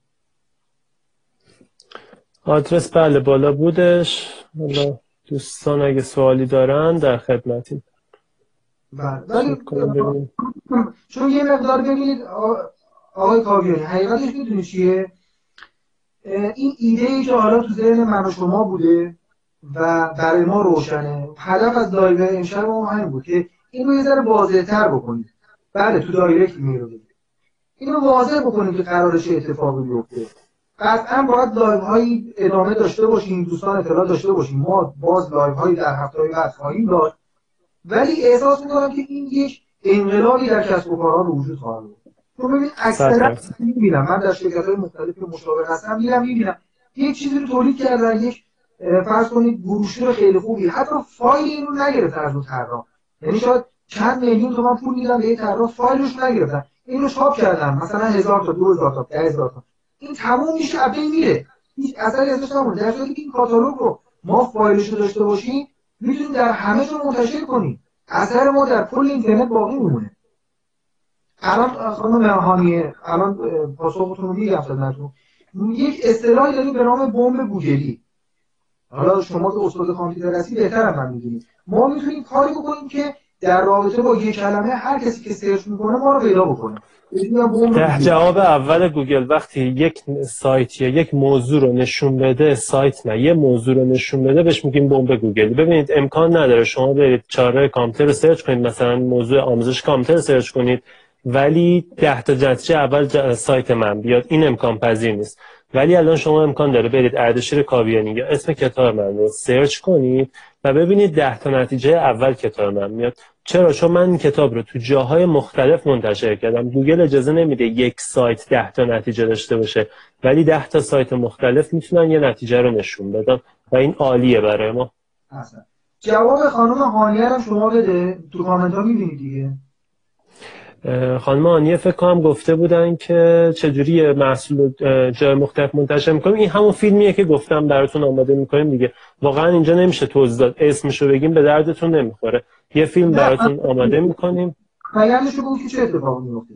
آدرس بله بالا بودش. حالا دوستان اگه سوالی دارن در خدمتیم. بله ولی چون یه مقدار ببینید آقای کاویانی، حقیقتش میدونی چیه؟ این ایده ای که حالا تو ذهن من و شما بوده و برای ما روشنه، هدف از لایو امشب ما همین بود که اینو یه ذره واضح‌تر بکنید. بله تو دایرکت میرو بدید، اینو واضح بکنید که قراره چه اتفاقی بیفته. قطعا باید لایو هایی ادامه داشته باشیم، دوستان اطلاع داشته باشیم، ما باز لایو هایی در هفته‌های بعد خواهیم داشت، ولی احساس می‌کنم که این یک انقلابی در کسب و کارها به وجود خواهد آورد. تو ببین اکثرا می‌بینم، من در شرکت‌های مختلفی که مشاور هستم میرم می‌بینم یک چیزی رو تولید کردن، یک فرض کنید بروشور خیلی خوبی، حتی فایل این رو نگرفتن از اون طراح، یعنی شاید چند میلیون تومان پول میدن به یک طراح، فایلش نگرفتن، اینو چاپ کردن مثلا هزار تا، دو هزار تا، ده هزار تا، این تموم میشه اپل میره، هیچ اثری ازش نمونه. در صورتی که این کاتالوگ رو ما فایلش رو داشته باشیم میتونیم در همه جا منتشر کنیم، اثر ما در کل اینترنت باقی میمونه. الان خانم هانیه، الان پاسختون رو میگم خدمتتون، یک اصطلاحی داریم به نام بمب گوگلی. حالا شما که استاد کامپیوتر هستی بهتر از من میدونید. ما میتونیم کاری بکنیم که در رابطه با یک کلمه هر کسی که سرچ میکنه ما رو پیدا بکنه. ده جواب اول گوگل وقتی یک سایت یا یک موضوع رو نشون بده، سایت نه یه موضوع رو نشون بده، بهش میگیم بمب گوگلی. ببینید امکان نداره شما برید چاره کامپیوتر رو سرچ کنید، مثلا موضوع آموزش کامپیوتر سرچ کنید ولی ده تا نتیجه اول سایت من بیاد، این امکان پذیر نیست. ولی الان شما امکان داره برید اردشیر کاویانی یا اسم کتاب من رو سرچ کنید و ببینید ده تا نتیجه اول کتاب من میاد. چرا؟ چون من این کتاب رو تو جاهای مختلف منتشر کردم. گوگل اجازه نمیده یک سایت ده تا نتیجه داشته باشه، ولی ده تا سایت مختلف میتونن یه نتیجه رو نشون بدن و این عالیه برای ما. اصلا جواب خانم هانیه رو شما بده، تو کامنت ها میبینید دیگه. خانم هانیه فکر کنم گفته بودن که چجوری محصول جای مختلف منتشر میکنیم. این همون فیلمیه که گفتم براتون آماده میکنیم دیگه. واقعا اینجا نمیشه توضیح داد، اسمشو بگیم به دردتون نمیخوره. یه فیلم براتون آماده میکنیم. روندشو بگو که چه اتفاقی میفته.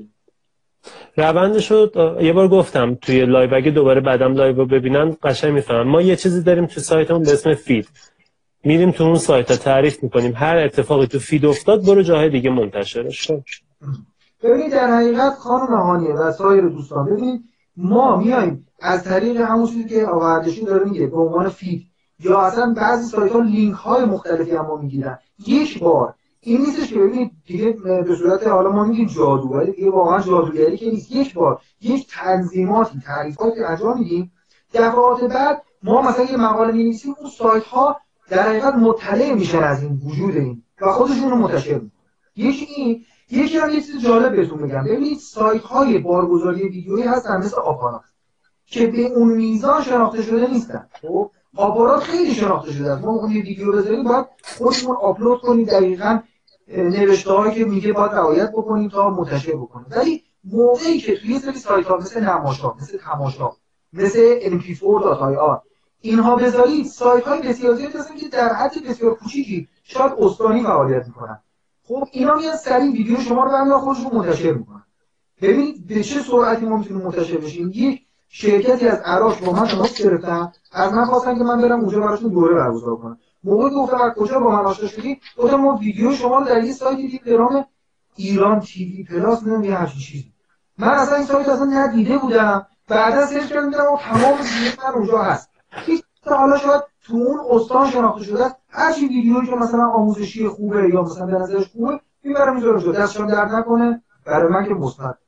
روندشو یه بار گفتم توی لایو، اگه دوباره بعدم لایو رو ببینن قشنگ میفهمن. ما یه چیزی داریم تو سایتمون به اسم فید. میریم تو اون سایت ها تعریف میکنیم هر اتفاقی تو فید افتاد برو جاهای دیگه منتشرش کن. ببینید در حقیقت خانم هانیه و سایر دوستان، ببینید ما میایم از طریق همون چیزی که آقا اردشیر داره میگه به عنوان فید، یا اصلا بعضی سایت ها لینک های مختلفی هم ما میگیرن. یک بار این نیستش که ببینید دیگه به صورت حالا ما میگیم جادو، ولی دیگه واقعا جادوگری که نیست. یک بار یک تنظیماتی تعریفاتی انجام میدیم، دفعات بعد ما مثلا یه مقاله می‌نویسیم، اون سایت ها در حقیقت مطلع میشن از این وجود این و خودشون رو منتشر میکنن. یکی این، یکی هم یه چیز جالب بهتون میگم. ببینید سایت های بارگذاری ویدیویی هستن مثل آپارات که به اون میزان شناخته شده نیستن. خب آپارات خیلی شناخته شده است. ما میخوایم یه ویدیو بذاریم باید خودمون آپلود کنیم، دقیقاً نوشته‌هایی که میگه باید رعایت بکنیم تا منتشر بکنیم. ولی موقعی که توی یه سری سایت‌ها مثل نماشا، مثل تماشا، مثل ام پی فور دات آی آر اینها بذارید، سایت‌های بسیار زیادی هستن که در حد بسیار کوچیکی شاید استانی فعالیت میکنن. خب اینا میان سریع ویدیو شما رو برمی‌دارن خودشون منتشر میکنن. ببینید به چه سرعتی ما میتونیم منتشر بشیم. یک شرکتی از عراق با من تماس گرفتن، از من خواستن که من برم اونجا براشون دوره برگزار کنم. موقعی گفتم از کجا با من آشنا شدی، گفتم ما ویدیو شما رو در یه سایتی دیدیم به نام ایران تیوی پلاس، نمیدونم یه همچین چیزی. من اصلا این سایت اصلا ندیده بودم، بعدا سرچ کردم دیدم تمام ویدیو من اونجا هست. هیچ حالا شاید تو اون استان شناخته شده است، هر چی ویدیویی که مثلا آموزشی خوبه یا مثلا به نظرش خوبه میبرم میذارم جلو، دستشون درد نکنه، برای من که مثبت.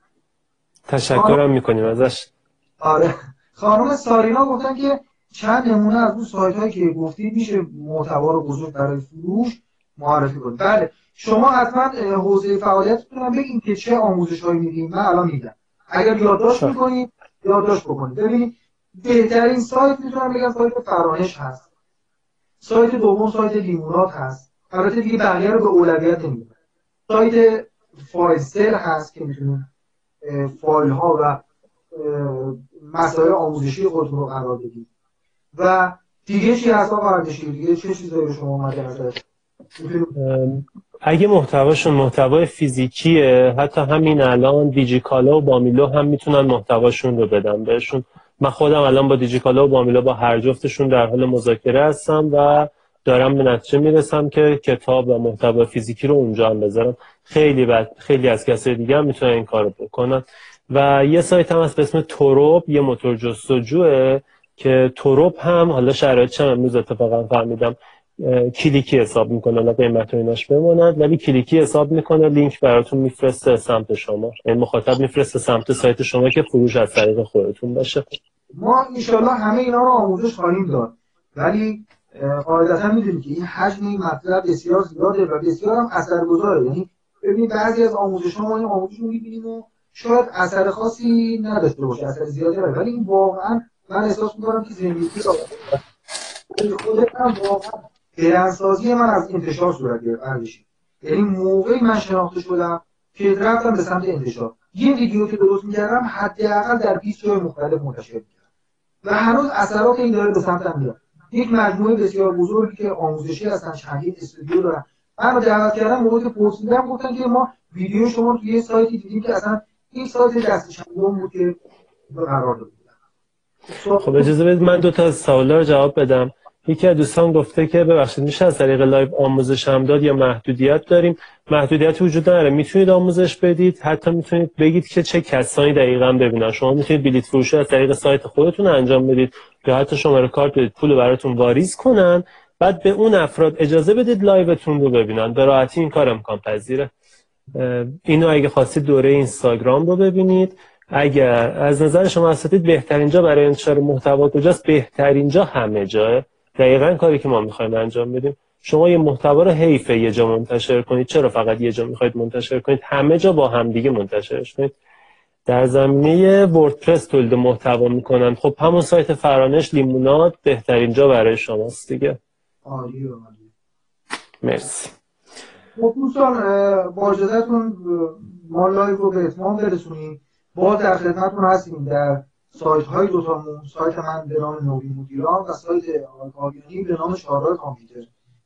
تشکرم میکنیم ازش. آره خانم سارینا گفتن که چند نمونه از اون سایت‌هایی که گفتید میشه محتوا رو بزرگ برای فروش معرفی کنید. بله شما حتما حوزه فعالیتتون هم بگین که چه آموزش‌هایی میدین. من الان میگم اگر یادداشت می‌کنید یادداشت بکنید. ببینید بهترین سایت میتونم بگم سایت فرانش هست، سایت دوم سایت لیمونات هست. البته دیگه بقیه رو به اولویت نمیدم. سایت فایل سل هست که میتونید فایل ها و مسائل آموزشی خودتون رو قرار بدید. و دیگه چی هست آقا اردشیر؟ دیگه چه چیزایی به شما اومده ازش؟ اگه محتواشون محتوای فیزیکیه، حتی همین الان دیجیکالا و بامیلو هم میتونن محتواشون رو بدن بهشون. من خودم الان با دیجیکالا و بامیلو با هر جفتشون در حال مذاکره هستم و دارم به نتیجه میرسم که کتاب و محتوای فیزیکی رو اونجا هم بذارم. خیلی بد... خیلی از کسای دیگه هم میتونن این کارو بکنن. و یه سایت هم هست به اسم توروب، یه موتور جستجوه که توروب هم حالا شرایطش هم امروز اتفاقا فهمیدم کلیکی حساب میکنه، حالا قیمت و ایناش بماند، ولی کلیکی حساب میکنه، لینک براتون میفرسته سمت شما، این مخاطب میفرسته سمت سایت شما که فروش از طریق خودتون باشه. ما انشالله همه اینا رو آموزش خواهیم داد، ولی قاعدتا میدونیم که این حجم این مطلب بسیار زیاده و بسیار هم اثرگذاره. یعنی ببینید بعضی از آموزش‌ها ما این آموزش رو می‌بینیم و شاید اثر خاصی نداشته باشه، اثر زیادی نداره، ولی این واقعا من احساس می‌کنم که زندگی رو خودم واقعا برندسازی من از انتشار صورت گرفت ارزشی. یعنی موقعی من شناخته شدم که رفتم به سمت انتشار، یه ویدیو که درست می‌کردم حداقل در بیست جای مختلف منتشر می‌کردم و هنوز اثرات این داره به سمتم میاد. یک مجموعه بسیار بزرگی که آموزشی هستن، چندین استودیو دارن. من رو دعوت کردم، موقعی که پرسیدم گفتن که ما ویدیو شما رو توی یه سایتی دیدیم که اصلا این سایت دست چندم بود که قرار داده بودن. خب اجازه بدید من دو تا از سوالا رو جواب بدم. یکی از دوستان گفته که ببخشید میشه از طریق لایو آموزش هم داد یا محدودیت داریم؟ محدودیتی وجود نداره، میتونید آموزش بدید، حتی میتونید بگید که چه کسانی دقیقاً ببینن. شما میتونید بلیت فروشی از طریق سایت خودتون انجام بدید یا حتی شماره کارت بدید، پول براتون واریز کنن، بعد به اون افراد اجازه بدید لایوتون رو ببینن. به راحتی این کار امکان پذیره. اینو اگه خواستید دوره اینستاگرام رو ببینید. اگر از نظر شما اساتید بهترین جا برای انتشار محتوا کجاست؟ بهترین جا همه جاه. دقیقاً کاری که ما می‌خوایم انجام بدیم. شما یه محتوا رو حیفه یه جا منتشر کنید، چرا فقط یه جا می‌خواید منتشر کنید؟ همه جا با هم دیگه منتشرش کنید. در زمینه وردپرس تولید محتوا می‌کنن، خب همون سایت فرانش لیموناد بهترین جا برای شماست دیگه. عالیه عالیه. مرسی. خب دوستان با اجازهتون ما لایو رو به اتمام برسونیم. باز در خدمتتون هستیم در سایت های دوتامون، سایت من به نام نوری مدیران و سایت آقای کاویانی به نام شارای کامپیوتر،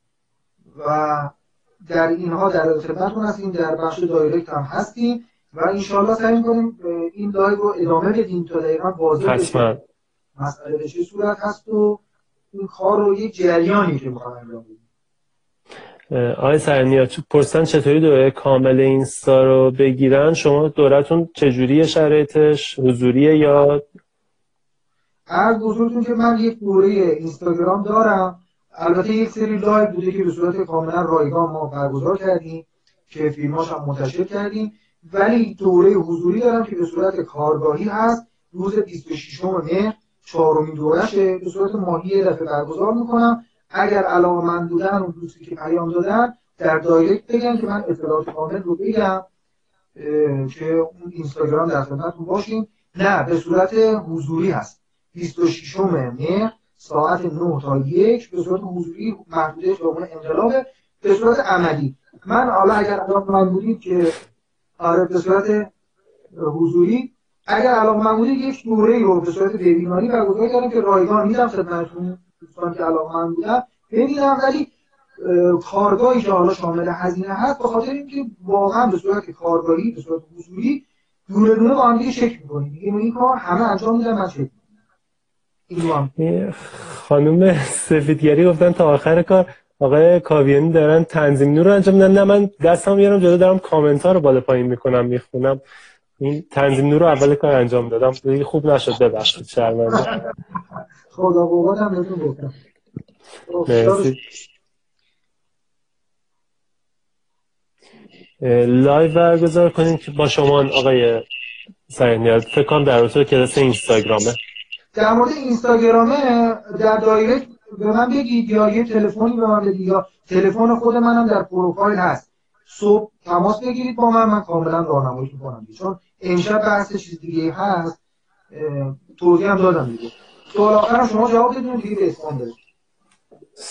و در اینها در خدمتتون هستیم. در بخش دایرکت هم هستیم و انشالله سعی می‌کنیم این لایو رو ادامه بدیم تا دقیقاً واضح بشه مسئله به چه صورت هست و این کار رو یک جریانی که می‌خوایم انجام بدیم. آقای سرنیا پرسن چطوری دوره کامل اینستا رو بگیرن؟ شما دورتون چجوریه؟ شرایطش حضوریه یا؟ از بزرگتون که من یک دوره اینستاگرام دارم، البته یک سری لایو بوده که به صورت کاملا رایگان ما برگزار کردیم که فیلماش هم منتشر کردیم، ولی دوره حضوری دارم که به صورت کارگاهی هست. روز بیست و ششم مهر چهارمین دورشه، به صورت ماهی یه دفعه برگزار میکنم. اگر علاقه‌مند بودن اون دوستی که پیام دادن در دایرکت بگن که من اطلاعات کامل رو بگم که اون اینستاگرام در خدمتتون باشیم. نه، به صورت حضوری هست. بیست و ششم مهر ساعت نه تا یک به صورت حضوری، محدودیت به عنوان انقلابه. به صورت عملی من حالا اگر علاقه‌مند بودید که آره به صورت حضوری، اگر علاقه‌مند بودید یک دوره رو به صورت وبیناری برگزار کردم که رایگان میدم خدمتتون. دوستان که علاقه‌مند بودن ببینم، ولی کارگاهی که حالا شامل هزینه هست به خاطر اینکه واقعا به صورت کارگاهی به صورت حضوری دونه دونه با هم دیگه چک می‌کنیم دیگه. این کار همه انجام میدن، من چک می‌کنم. خانم سفیدگری گفتن تا آخر کار آقای کاویانی دارن تنظیم نور رو انجام میدن. نه، من دستم میارم جلو دارم کامنت ها رو بالا پایین میکنم میخونم. این تنظیم نور رو اول کار انجام دادم دیگه خوب نشد، ببخشید، شرمنده. خدا قوتم بهتون گفتم. مرسی. لایو برگزار کنیم که با شما آقای سرنیا فکر کنم در رابطه کلاس اینستاگرامه. در مورد اینستاگرامه در دایرکت به من بگید یا یه تلفنی به من بدید یا تلفن خود منم در پروفایل هست. صبح تماس بگیرید با من، من کاملا راهنمایی می‌کنم. چون امشب بحث چیز دیگه هست، توضیح هم دادم دیگه. سوال آخرم شما جواب بدید دیگه به اسم برید.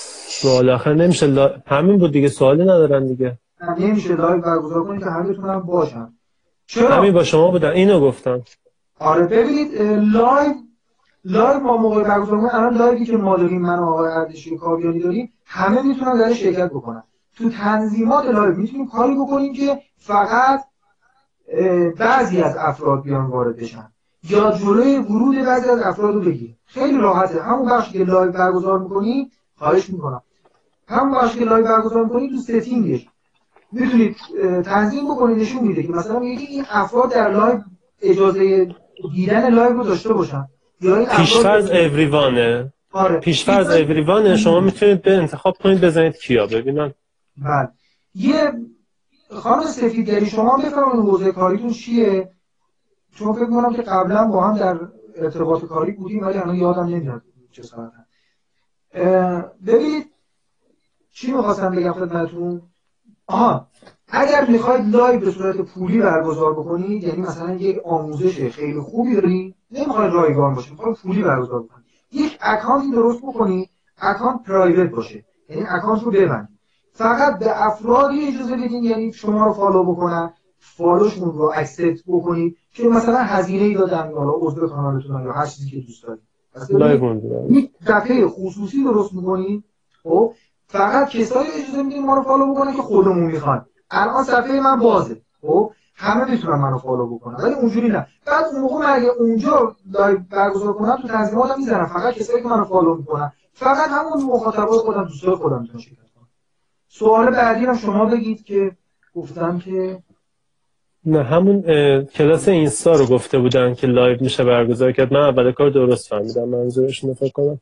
سوال آخر نمیشه لا... همین بود دیگه، سوالی ندارن دیگه. نمیشه لایو برگزار کنید که همه بتونن باشن. چرا؟ همین با شما بودن، اینو گفتم. آره ببینید لایو لایو ما موقع برگزار کنیم، الان لایوی که ما داریم، من و آقای اردشیر کاویانی داریم، همه میتونن در شرکت بکنن. تو تنظیمات لایو میتونیم کاری بکنیم که فقط بعضی از افراد بیان وارد بشن یا جلوی ورود بعضی از افراد رو بگیریم. خیلی راحته. همون بخشی که لایو برگزار می‌کنی، خواهش می‌کنم همون بخشی که لایو برگزار می‌کنی تو ستینگش میتونید تنظیم بکنید، نشون میده که مثلا میگه این افراد در لایو اجازه دیدن لایو رو داشته باشن یا این پیش‌فرض اوریوانه. آره پیش‌فرض اوریوانه. شما میتونید به انتخاب کنید بزنید کیا ببینن. بله. یه خانم سفیدگری شما بفرمایید حوزه کاریتون چیه؟ چون فکر می‌کنم که قبلا با هم در ارتباط کاری بودیم ولی الان یادم نمیاد چه ساعته. ببینید چی می‌خواستم بگم خدمتتون. آها، اگر میخواید لایو به صورت پولی برگزار بکنید، یعنی مثلا یک آموزش خیلی خوبی دارید، نمیخواید رایگان باشه، میخواید پولی برگزار بکنید، یک اکانتی درست بکنید، اکانت پرایوت باشه، یعنی اکانت رو ببندید، فقط به افرادی اجازه بدین، یعنی شما رو فالو بکنن، فالوشون رو اکسپت بکنید که مثلا هزینه‌ای دادن حالا عضو کانالتون یا هر چیزی که دوست دارید. یک صفحه خصوصی درست می‌کنید، خب فقط کسایی اجازه میدین ما رو فالو بکنن که خودمون میخوان. الان صفحه من بازه، خب همه میتونن منو فالو بکنن ولی اونجوری نه. بعد اون موقع من اگه اونجا لایو برگزار کنم تو تنظیماتم میذارم فقط کسایی که منو فالو میکنن، فقط همون مخاطبای خودم، دوستای خودم میتونن شرکت کنن. سوال بعدی هم شما بگید که گفتم که نه همون کلاس اینستا رو گفته بودن که لایو میشه برگزار کرد. من اول کار درست فهمیدم منظورشون فکر کنم.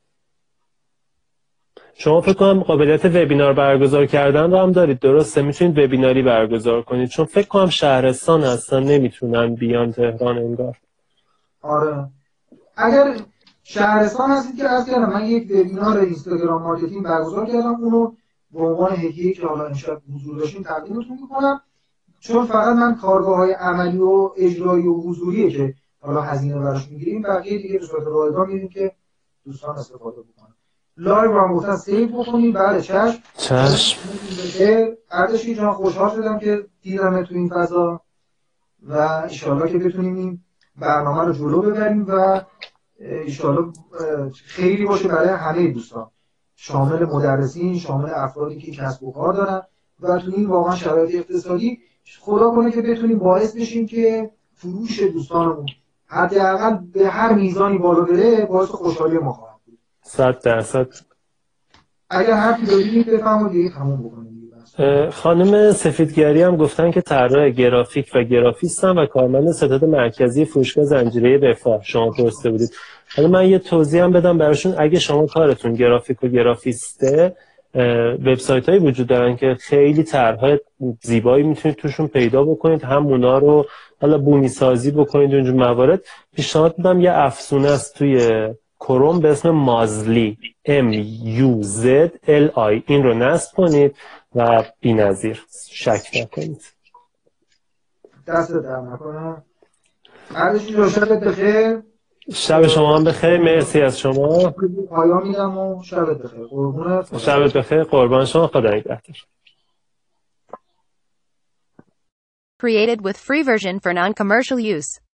شما فکر کنم قابلیت وبینار برگزار کردن رو هم دارید، درسته؟ میتونید وبیناری برگزار کنید، چون فکر کنم شهرستان هستن نمیتونن بیان تهران انگار. آره اگر شهرستان هستید که از کردم من یک وبینار اینستاگرام مارکتینگ برگزار کردم، اونو به عنوان هدیه‌ای که حالا امشب حضور داشتیم تقدیمتون میکنم، چون فقط من کارگاه‌های عملی و اجرایی و حضوریه که حالا هزینه براش میگیریم، بقیه دیگه به صورت رایگان میدیم که دوستان استفاده بکنن. لایو رو هم گفتن سیو بکنید. بله چشم چشم. اردشیر جان خوشحال شدم که دیدم تو این فضا و انشالله که بتونیم این برنامه رو جلو ببریم و انشالله خیلی باشه برای همه دوستان، شامل مدرسین، شامل افرادی که کسب و کار دارن و تو این واقعا شرایط اقتصادی خدا کنه که بتونیم باعث بشیم که فروش دوستانمون حداقل به هر میزانی بالا بره، باعث خوشحالی ما خواهد بود. صد درصد. اگر حرفی دارید بفرمایید دیگه تموم بکنیم. خانم سفیدگری هم گفتن که طراح گرافیک و گرافیستن و کارمند ستاد مرکزی فروشگاه زنجیره رفاه. شما پرسیده بودید. حالا من یه توضیح هم بدم براشون. اگه شما کارتون گرافیک و گرافیسته، وبسایت‌هایی وجود دارن که خیلی طرح‌های زیبایی میتونید توشون پیدا بکنید، همونا رو حالا بومی سازی بکنید. اونجور موارد پیشنهاد میدم یه افزونه است توی کروم به اسم مازلی ام یو زد ال آی، این رو نصب کنید و بی‌نظیر، شک نکنید. دست در نکنه. اردشیر شبت بخیر. شب شما هم بخیر. مرسی از شما. پایان میدم و شبت بخیر. قربونت. شبت بخیر. قربان شما. خدا نگهدار. Created with free version for non-commercial use.